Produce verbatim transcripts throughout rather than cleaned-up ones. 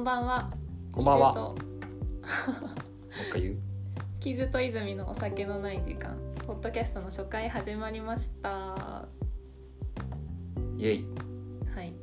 んばんは。 こんばんは。 キズともう一回言う。 キズと泉のお酒のない時間ポッドキャストの初回始まりました。 イエイ。 はい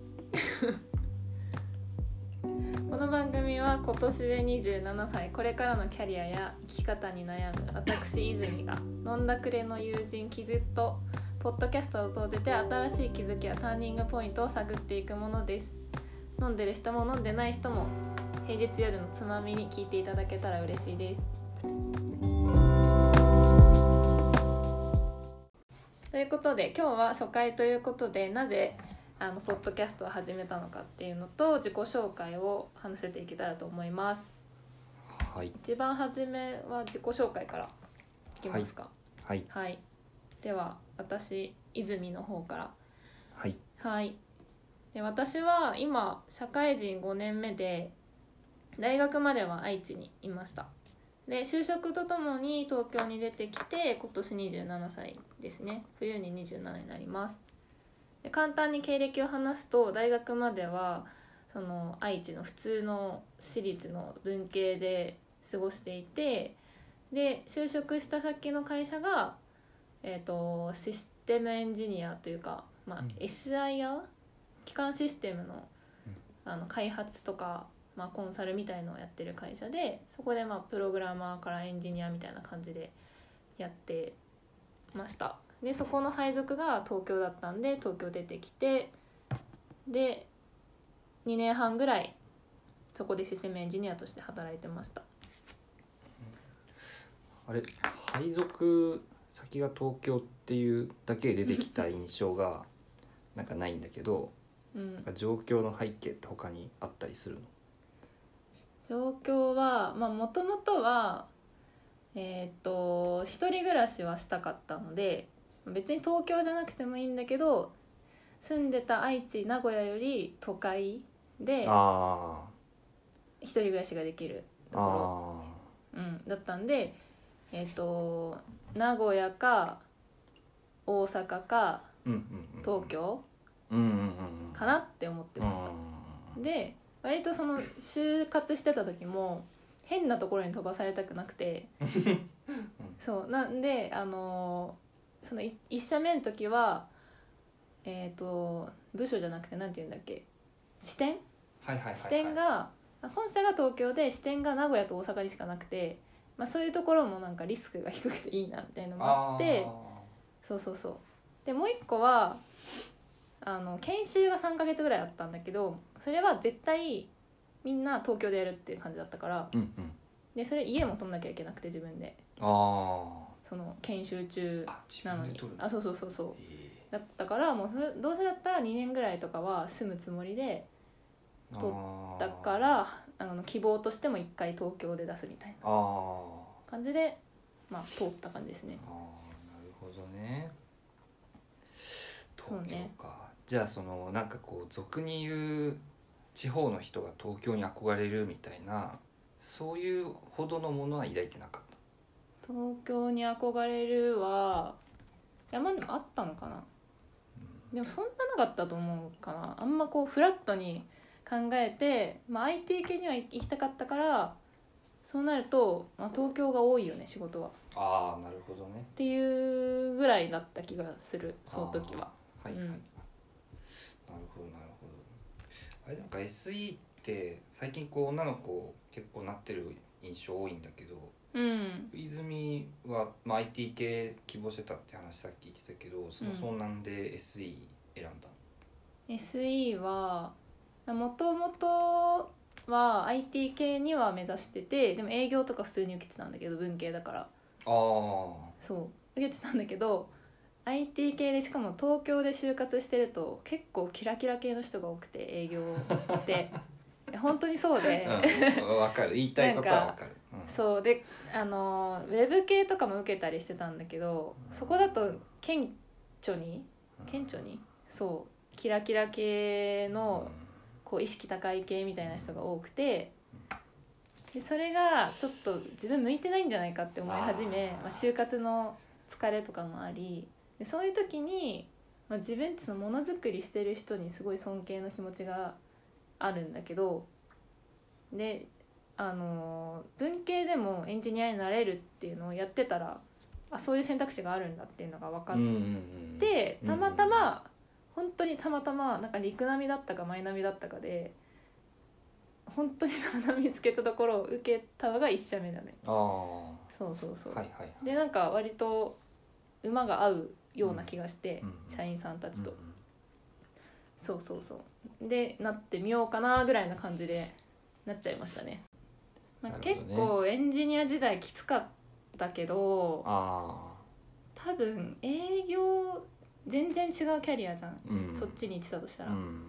この番組は今年でにじゅうななさい、これからのキャリアや生き方に悩む私泉が飲んだくれの友人キズとポッドキャストを通じて新しい気づきやターニングポイントを探っていくものです。飲んでる人も飲んでない人も平日夜のつまみに聞いていただけたら嬉しいです。ということで今日は初回ということで、なぜあのポッドキャストを始めたのかっていうのと自己紹介を話せていけたらと思います。 はい。 一番初めは自己紹介からいきますか。 はい。 はい、では私泉の方からはい。 はい。で私は今社会人ごねんめで大学までは愛知にいました。で就職とともに東京に出てきて今年にじゅうななさいですね。冬ににじゅうななになります。で簡単に経歴を話すと、大学まではその愛知の普通の私立の文系で過ごしていて、で就職した先の会社が、えーと、システムエンジニアというか、まあうん、 エスアイアール 基幹システムの、あの開発とか、まあ、コンサルみたいのをやってる会社で、そこでまあプログラマーからエンジニアみたいな感じでやってました。でそこの配属が東京だったんで東京出てきて、でにねんはんぐらいそこでシステムエンジニアとして働いてました。 あれ、配属先が東京っていうだけで出てきた印象がなんかないんだけど、 うんなんか状況の背景って他にあったりするの？ 状況はまあもともとはえーっと一人暮らしはしたかったので、別に東京じゃなくてもいいんだけど、住んでた愛知名古屋より都会であ一人暮らしができるーところ、うん、だったんで、えーっと名古屋か大阪かうんうんうん東京うんうんうんうんかなって思ってました。 うんで割とその就活してた時も変なところに飛ばされたくなくてそうなんで、あのーそのい一社目の時はえっ、と部署じゃなくてなんていうんだっけ、支店はいはいはいはい。 支店が本社が東京で支店が名古屋と大阪にしかなくて、まあ、そういうところもなんかリスクが低くていいなみたいなのもあって、そうそうそう。でもう一個はあの研修がさんかげつぐらいあったんだけど、それは絶対みんな東京でやるっていう感じだったから、 うんうん、 でそれ家も取んなきゃいけなくて自分で、 あその研修中あ自なのに、 分で取るの？ あそうそうそうそう、 えだったからもうそれどうせだったらにねんぐらいとかは住むつもりでー、 取ったから、あの希望としても一回東京で出すみたいなあー感じで、まあ通った感じですね。 あー、なるほどね。東京そうね。 か。じゃあそのなんかこう俗に言う地方の人が東京に憧れるみたいな、そういうほどのものは抱いてなかっ東京に憧れるは山でもあったのかな。 た。 でもそんななかったと思うかな。あんまこうフラットに考えて、まあ、アイティー 系には行きたかったから、そうなると、まあ、東京が多いよね仕事はっああ、なるほどね。 ていうぐらいだった気がする、その時は。 はいはい、 うん、 なるほどなるほど。あれなんか エスイー って最近こう女の子結構なってる印象多いんだけど、 うん、 泉は、まあ、アイティー 系希望してたって話さっき言ってたけど、そもそもなんで エスイー 選んだの？ エスイー はもともとは アイティー 系には目指してて、でも営業とか普通に受けてたんだけど、文系だからああ、 そう受けてたんだけど、 アイティー 系でしかも東京で就活してると結構キラキラ系の人が多くて、営業って本当にそうで、 うん、分かる、言いたいことは分かる。うん、 そうで、あのウェブ系とかも受けたりしてたんだけど、そこだと顕著に顕著にそうキラキラ系のこう意識高い系みたいな人が多くて、でそれがちょっと自分向いてないんじゃないかって思い始め、まあ、就活の疲れとかもあり、でそういう時に、まあ、自分ってそのものづくりしてる人にすごい尊敬の気持ちがあるんだけど、 であの文系でもエンジニアになれるっていうのをやってたら、あそういう選択肢があるんだっていうのが分かっうんうんうんて、たまたま本当にたまたまなんか陸並みだったかマイナビだったかで本当にたまたま見つけたところを受けたのがいち社目だね。 ああそうそうそう、 はいはいはいでなんか割と馬が合うような気がして、 うんうん社員さんたちと、 うんうんそうそうそうでなってみようかなぐらいな感じでなっちゃいましたね。まあ、結なるほどね構エンジニア時代きつかったけど、 あ多分営業全然違うキャリアじゃん、 あうんそっちに行ってたとしたら、 うん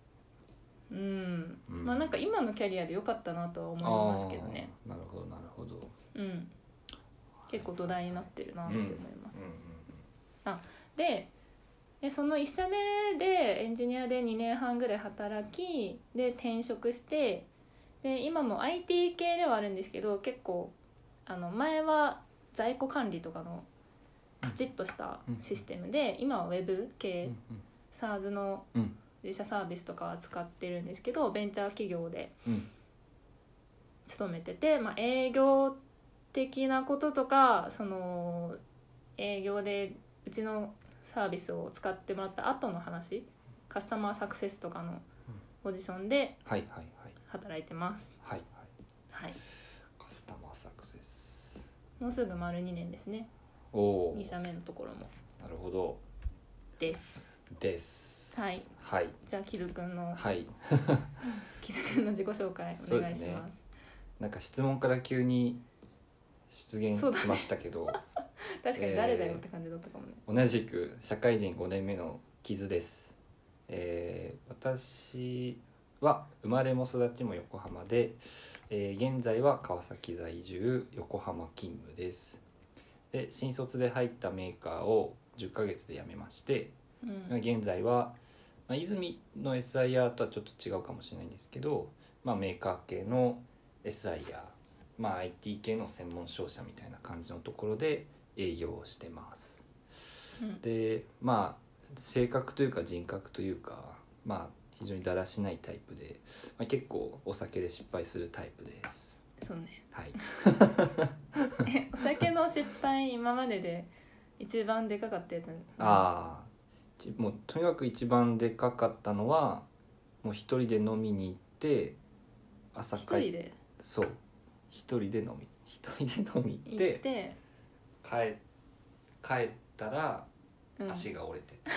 うん、 うんまあなんか今のキャリアで良かったなとは思いますけどね。 あーなるほどなるほどうん結構土台になってるなって思います、 うんうんででそのいち社目でエンジニアでにねんはんぐらい働きで転職して、で今も アイティー 系ではあるんですけど、結構あの前は在庫管理とかのカチッとしたシステムで、今はウェブ系、 うん SaaS のうん自社サービスとかは使ってるんですけど、ベンチャー企業でうん勤めてて、まあ、営業的なこととか、その営業でうちのサービスを使ってもらった後の話、カスタマーサクセスとかのポジションではいはいはい働いてます。 はいはいはい、 カスタマーサクセスもうすぐ丸にねんですね。 おおに社目のところもなるほどですですはいはいじゃあ木津くんのはい木津くんの自己紹介お願いします。 なんか質問から急に出現そうだねしましたけど、 確かに誰だよって感じだったかもね。 同じく社会人ごねんめのキズです、えー私は生まれも育ちも横浜で、えー現在は川崎在住横浜勤務です。で新卒で入ったメーカーをじゅっかげつで辞めまして、 うん現在は、まあ、泉の エスアイアール とはちょっと違うかもしれないんですけど、まあ、メーカー系の エスアイアール、まあ、アイティー 系の専門商社みたいな感じのところで営業をしてます。 うんでまあ性格というか人格というか、まあ、非常にだらしないタイプで、まあ、結構お酒で失敗するタイプです。 そうね。 はいえお酒の失敗今までで一番でかかったやつ。 ああもうとにかく一番でかかったのはもう一人で飲みに行って朝一帰人でそう一人で飲み一人で飲み行っ行ってて、 帰帰ったらうん、 足が折れてて、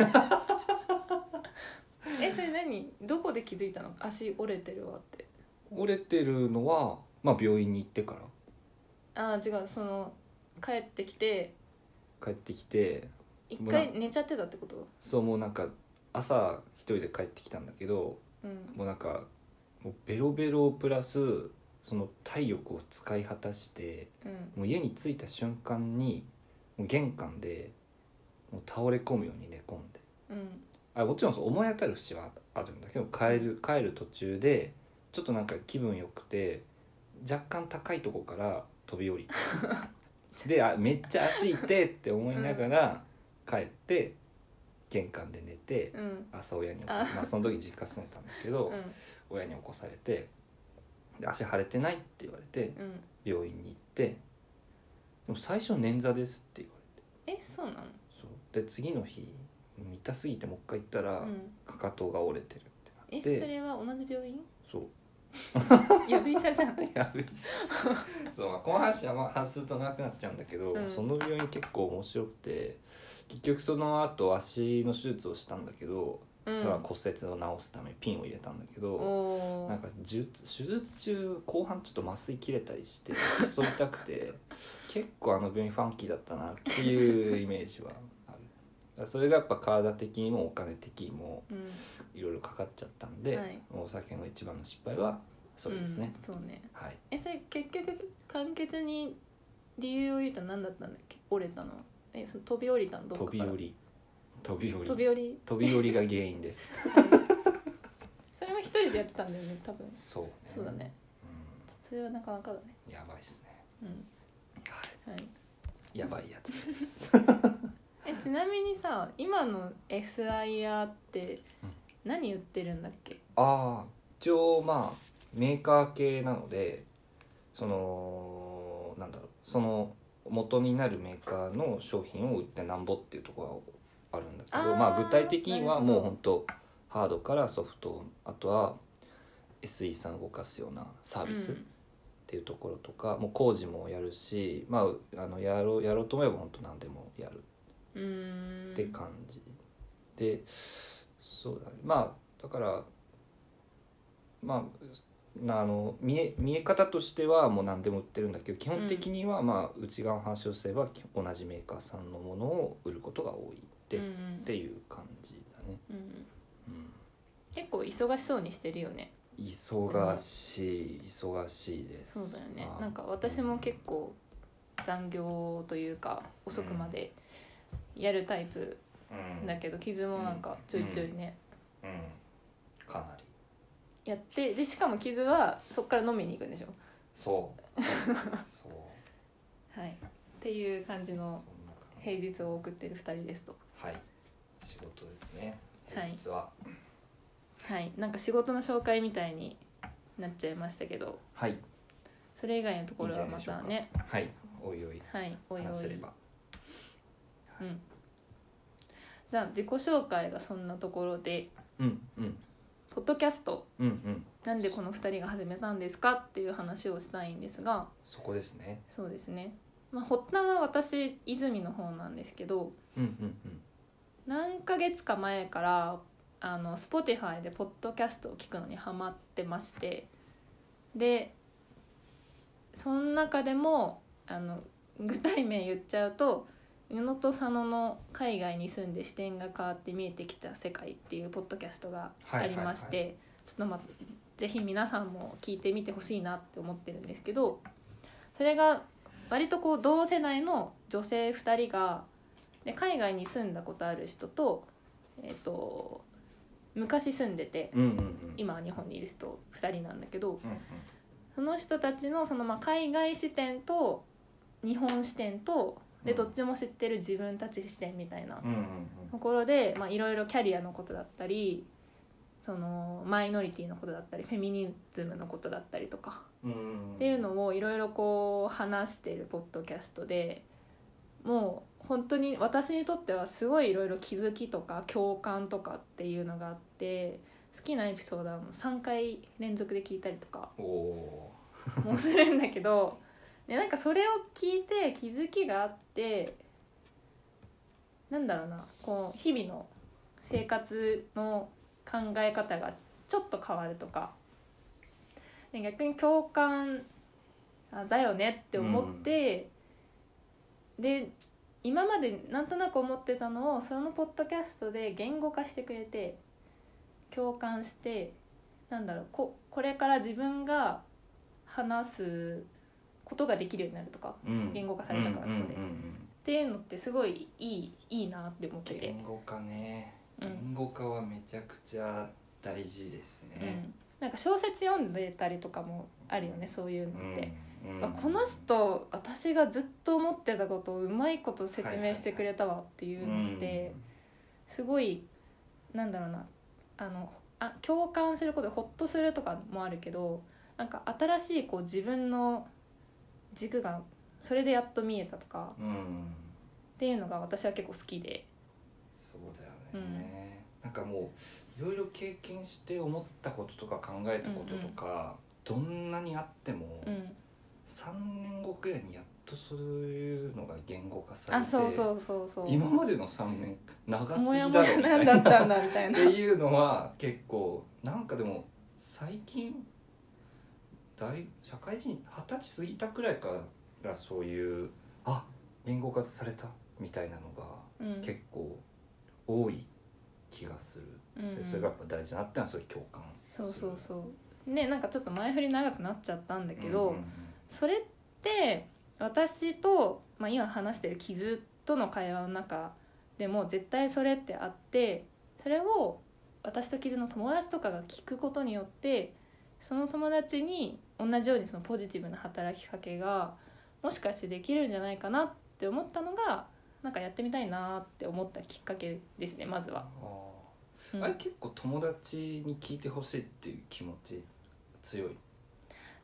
えそれ何どこで気づいたの？足折れてるわって。 折れてるのは、まあ、病院に行ってからああ違う、その帰ってきて帰ってきて一回寝ちゃってたってこと？ そうもうなんか朝一人で帰ってきたんだけどうんもうなんかもうベロベロプラスその体力を使い果たしてうんもう家に着いた瞬間にもう玄関でもう倒れ込むように寝込んで、 うんあもちろんそう思い当たる節はあるんだけど帰る帰る途中でちょっとなんか気分よくて若干高いとこから飛び降りてであめっちゃ足痛いって思いながら帰って玄関で寝てうん朝親に起こあまあその時実家住んでたんだけど、 うん親に起こされてで足腫れてないって言われてうん病院に行ってでも最初捻挫ですって言われてえそうなの？ そうで次の日痛すぎてもう一回行ったら、 うんかかとが折れてるってえなってそれは同じ病院？ そうやぶ医者じゃん。 やべえそう、まあ、この話はまあ話すると長くなっちゃうんだけど、 うんその病院結構面白くて結局その後足の手術をしたんだけど、 うんそれは骨折を治すためにピンを入れたんだけど、 おなんか手術手術中後半ちょっと麻酔切れたりしてくそ痛くて結構あの病院ファンキーだったなっていうイメージはある。だからそれがやっぱ体的にもお金的にもうんいろいろかかっちゃったんで、 はいお酒の一番の失敗はそれですね、 うん、そうね。 はい。 えそれ結局簡潔に理由を言うと何だったんだっけ？折れたの？えその飛び降りたのどっかから？ 飛び降り飛び降り飛び降り飛び降りが原因ですはいそれも一人でやってたんだよね多分。 そうねそうだね。それはなかなかだね。 うんやばいっすねうんははい。 いやばいやつですえちなみにさ今の エスアイアール ってうん何売ってるんだっけ？ ああ一応まあメーカー系なのでそのなんだろうその元になるメーカーの商品を売ってなんぼっていうところがあるんだけど、 あーまあ具体的にはなるほどもう本当ハードからソフト、あとは エスイー さんを動かすようなサービスっていうところとか、もう工事もやるし、まあ、あのやろうやろうと思えば本当何でもやるうんうんって感じで、そうだね、まあだからまあなあの見え見え方としてはもう何でも売ってるんだけど、基本的にはまあ内側の話をすれば同じメーカーさんのものを売ることが多いですうんうんっていう感じだね、 うんうん、 結構忙しそうにしてるよね。 忙しい忙しいです。 そうだよね。 まあなんか私も結構残業というか遅くまでやるタイプうんだけど、傷もなんかちょいちょいね、 うん、かなりやって、でしかも傷はそっから飲みに行くんでしょ。 そうそうはい、っていう感じのそんな感じ平日を送ってるふたりですと。 はい仕事ですねはい平日ははい、なんか仕事の紹介みたいになっちゃいましたけど、 はい、 それ以外のところはまたね、 はいおいおいはい、おいおい話せれば、 うん、じゃあ自己紹介がそんなところで、 うんうんポッドキャストうんうんなんでこのふたりが始めたんですかっていう話をしたいんですが、 そこですね。 そうですね、まあ、発端は私泉の方なんですけど、 うんうん何ヶ月か前からあの Spotify でポッドキャストを聞くのにハマってまして、でその中でもあの具体名言っちゃうと宇野と佐野の海外に住んで視点が変わって見えてきた世界っていうポッドキャストがありまして、 はいはいはちょっとまあぜひ皆さんも聞いてみてほしいなって思ってるんですけど、それが割とこう同世代の女性ふたりがで海外に住んだことある人と、えーと昔住んでてうんうんうん今は日本にいる人ふたりなんだけど、 うんうんその人たちのそのまあ海外視点と日本視点とでどっちも知ってる自分たち視点みたいなうんうんところでいろいろキャリアのことだったり、そのマイノリティのことだったりフェミニズムのことだったりとかうんうんっていうのをいろいろこう話してるポッドキャストで、もう本当に私にとってはすごいいろいろ気づきとか共感とかっていうのがあって、好きなエピソードはさんかい連続で聞いたりとかおおもうするんだけどでなんかそれを聞いて気づきがあって、なんだろうな、こう日々の生活の考え方がちょっと変わるとか、で逆に共感あだよねって思って、うん、で今までなんとなく思ってたのをそのポッドキャストで言語化してくれて共感して、なんだろう こ, これから自分が話すことができるようになるとか、 うん、 言語化されたからそこで、 うんうんうんうん、 っていうのってすごいいいいいなって思ってて、 言語化ね、 うん言語化はめちゃくちゃ大事ですね、 うん、なんか小説読んでたりとかもあるよね、そういうのって、うん、あこの人私がずっと思ってたことをうまいこと説明してくれたわっていうのって、はいはいはい、すごいなんだろうな、あのあ共感することでホッとするとかもあるけど、なんか新しいこう自分の軸がそれでやっと見えたとか、うん、っていうのが私は結構好きで。 そうだよね、うん、なんかもういろいろ経験して思ったこととか考えたこととか、うんうん、どんなにあっても、うん、さんねんごくらいにやっとそういうのが言語化されて、 あそうそうそうそう、 今までのさんねん長すぎだろみたいな、何だったんだみたいなっていうのは結構なんかでも最近大社会人はたち過ぎたくらいからそういうあ言語化されたみたいなのが結構多い気がする、うん、でそれがやっぱ大事だなってのはそういう共感する。 そうそうそうね、なんかちょっと前振り長くなっちゃったんだけど、うんうんうん、それって私と、まあ、今話してる傷との会話の中でも絶対それってあって、それを私と傷の友達とかが聞くことによってその友達に同じようにそのポジティブな働きかけがもしかしてできるんじゃないかなって思ったのが、なんかやってみたいなって思ったきっかけですね、まずは。 あ、うん、あれ結構友達に聞いてほしいっていう気持ち強い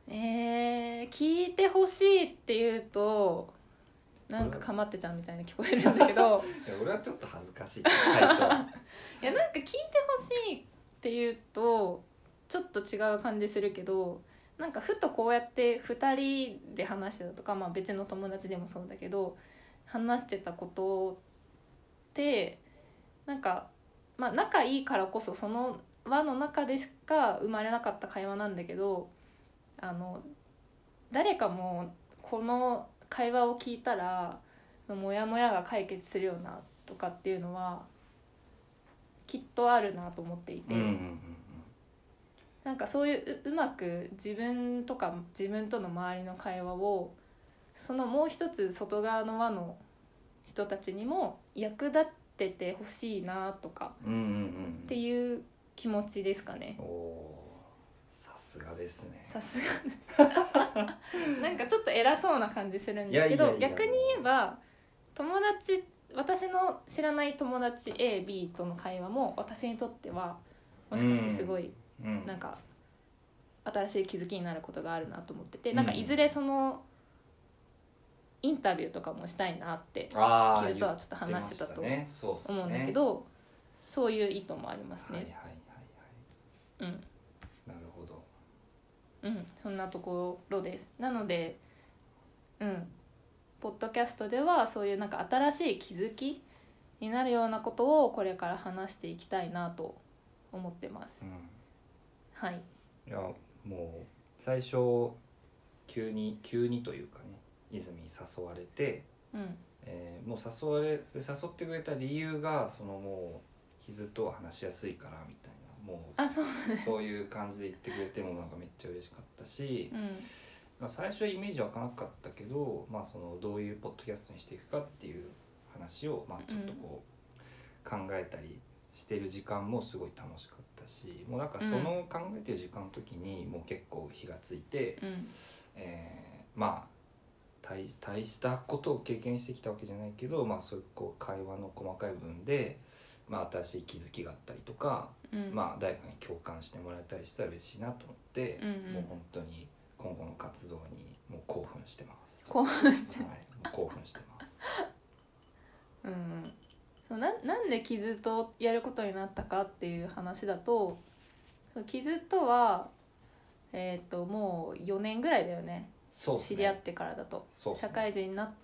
えー、聞いてほしいって言うとなんかかまってちゃんみたいに聞こえるんだけどいや俺はちょっと恥ずかしい最初はいやなんか聞いてほしいって言うとちょっと違う感じするけど、なんかふとこうやってふたりで話してたとか、まあ、別の友達でもそうだけど話してたことってなんか、まあ、仲いいからこそその輪の中でしか生まれなかった会話なんだけど、あの誰かもこの会話を聞いたらモヤモヤが解決するようなとかっていうのはきっとあるなと思っていて、 うんうんうんなんかそういうう、うまく自分とか自分との周りの会話をそのもう一つ外側の輪の人たちにも役立っててほしいなとかうんうんうんうんっていう気持ちですかね。 おおー、さすがですね。 さすがなんかちょっと偉そうな感じするんですけど、 いやいやいや逆に言えば友達私の知らない友達 エービー との会話も私にとってはもしかしてすごいうんなんか新しい気づきになることがあるなと思ってて、 うんなんかいずれそのインタビューとかもしたいなってあキズとはちょっと話してたとね、そうっすね、 思うんだけど、そういう意図もありますはいはいね。 はいはい、 うんなるほど。 うんそんなところです。なのでうんポッドキャストではそういうなんか新しい気づきになるようなことをこれから話していきたいなと思ってます。 うん、 はい。 いやもう最初急に急にというかね、泉に誘われて、 うんえーもう誘われ誘ってくれた理由がそのもう傷とは話しやすいからみたいな、もうあそうそういう感じで言ってくれてもなんかめっちゃ嬉しかったし、 うんまあ、最初はイメージ湧かなかったけど、まあ、そのどういうポッドキャストにしていくかっていう話を、まあ、ちょっとこう考えたりしてる時間もすごい楽しかったし、もうなんかその考えてる時間の時にもう結構火がついて、 うんえーまあ大, 大したことを経験してきたわけじゃないけど、まあ、そういうこう会話の細かい部分で、まあ、新しい気づきがあったりとか、 うんまあ、誰かに共感してもらえたりしたら嬉しいなと思って、 うんうんもう本当に今後の活動にもう興奮してます。 興奮してはい、もう興奮してます。 うんそうななんでキズとやることになったかっていう話だと、そうキズとはえっ、ともうよねんぐらいだよね。 そうっすね、 知り合ってからだと、 そうっすね、 社会人になって、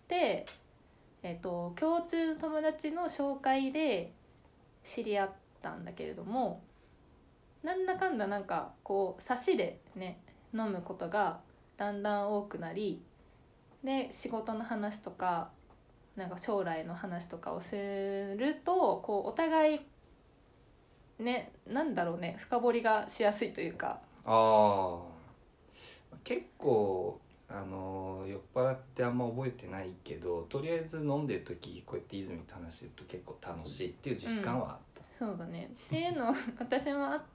えー、と共通の友達の紹介で知り合ったんだけれども、なんだかんだなんかこう差しでね飲むことがだんだん多くなり、で仕事の話とかなんか将来の話とかをするとこうお互いねなんだろうね深掘りがしやすいというか。 ああ結構あの酔っ払ってあんま覚えてないけど、とりあえず飲んでる時こうやって泉と話してると結構楽しいっていう実感はあった、 そうだねっていうの私もあって、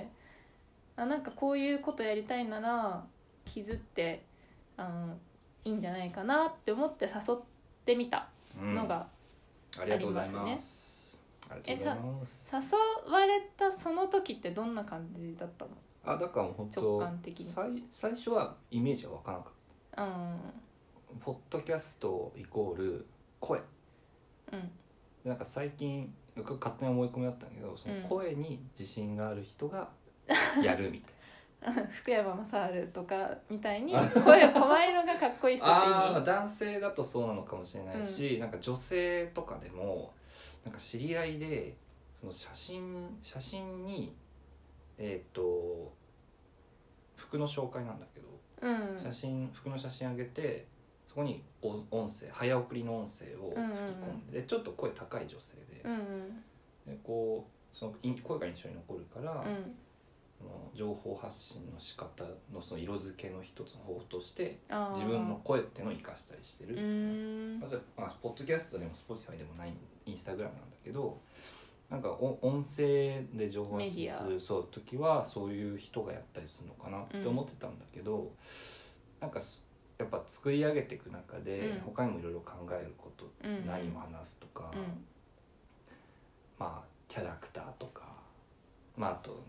あなんかこういうことやりたいなら傷ってあのいいんじゃないかなって思って誘ってみたのが、 うん、ありがとうございますありがとうございます。 誘われたその時ってどんな感じだったの？ あだからもう本当直感的に。 最最初はイメージは分からなかった。 うんポッドキャストイコール声、 うんなんか最近僕勝手に思い込みだったんだけど、その声に自信がある人がやるみたいな、 福山雅治とかみたいに声声色がかっこいい人って意味？ あ、まあ男性だとそうなのかもしれないし、うん、なんか女性とかでもなんか知り合いでその写真写真にえっ、ー、と服の紹介なんだけど、 うん、 写真服の写真あげてそこに音声早送りの音声を吹き込んで、うんうん、でちょっと声高い女性で、 うんうん、 でこうその声が印象に残るから、 うん、 情報発信の仕方のその色付けの一つの方法として自分の声っていうのを生かしたりしてる。まあ、それまあポッドキャストでも Spotify でもないインスタグラムなんだけど、なんか音声で情報発信するそう時はそういう人がやったりするのかなって思ってたんだけど、うん、なんかやっぱ作り上げていく中で、うん、他にもいろいろ考えること、うん、何を話すとか、うん、まあキャラクターとか、まあ、あとね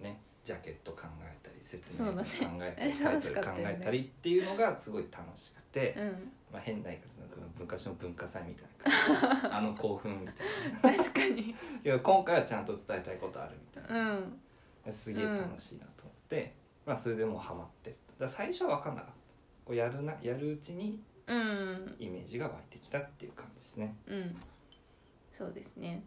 ジャケット考えたり説明そうだ考ねえたり、タイトル考えたりっていうのがすごい楽しくて、 うんまあ、変な言い方のこの昔の文化祭みたいな感じあの興奮みたいな確かにけど今回はちゃんと伝えたいことあるみたいな、 うんすげえ楽しいなと思って、まあ、それでもうハマってっただから最初は分かんなかったこうやるなやるうちにうんイメージが湧いてきたっていう感じですね。 うんそうですね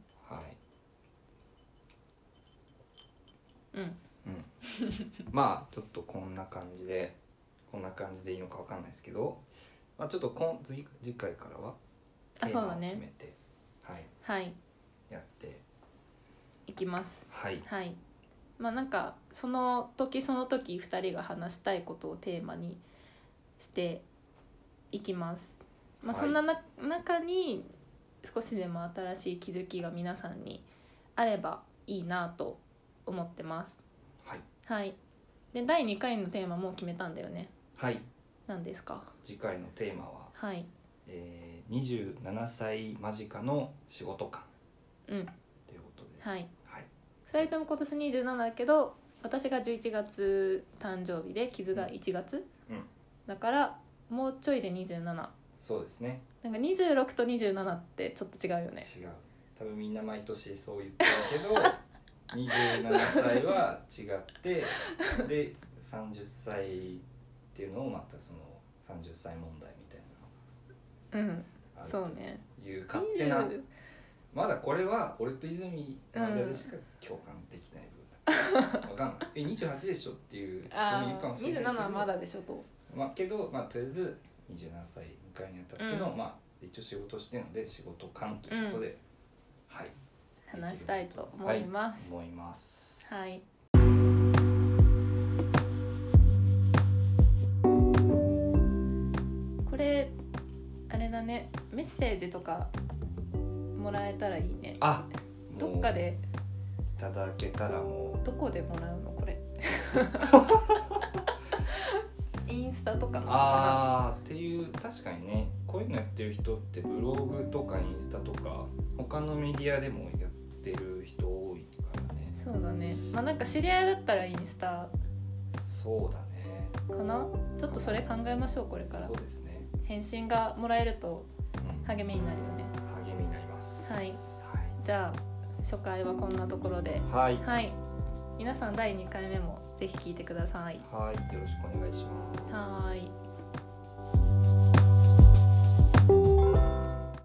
はいうんうんまあちょっとこんな感じでこんな感じでいいのか分かんないですけど、まあ、ちょっと今次次回からはテーマをあそうだね決めて、はいはいやっていきますはいはいまあなんかその時その時ふたりが話したいことをテーマにしていきます、まあ、 はいそんなな中に少しでも新しい気づきが皆さんにあればいいなと思ってますはいはいでだいにかいのテーマもう決めたんだよねはい何ですか次回のテーマは、 はいえー、にじゅうななさい間近の仕事観うんということで、 はいはい、 ふたりとも今年にじゅうななだけど私がじゅういちがつ誕生日で傷がいちがつ、 うんだからもうちょいでにじゅうななそうですねなんかにじゅうろくとにじゅうななってちょっと違うよね違う多分みんな毎年そう言ってるけどにじゅうななさいは違ってでさんじゅっさいっていうのをまたそのさんじゅっさい問題みたいなのうんがあるそうねという勝手なにじゅうまだこれは俺と泉の間でしか共感できない部分だ、分かんないえにじゅうはちでしょっていう人もいるかもしれないけどにじゅうななはまだでしょとまあけど、まあ、とりあえずにじゅうななさい迎えにあたっての、 うんまあ一応仕事してるので仕事観ということで、はい話したいと思います思いますはい、これあれだねメッセージとかもらえたらいいねあどっかでいただけたらもうどこでもらうのこれインスタとかなのかあーっていう確かにねこういうのやってる人ってブログとかインスタとか他のメディアでもやってる人多いからねなそうだねまあなんか知り合いだったらインスタそうだねかなちょっとそれ考えましょうこれからそうですね、 返信がもらえるとうん、 励みになるよね励みになりますはいじゃあ初回はこんなところではい、はいはい皆さんだいにかいめもぜひ聞いてくださいはい、よろしくお願いしますはーい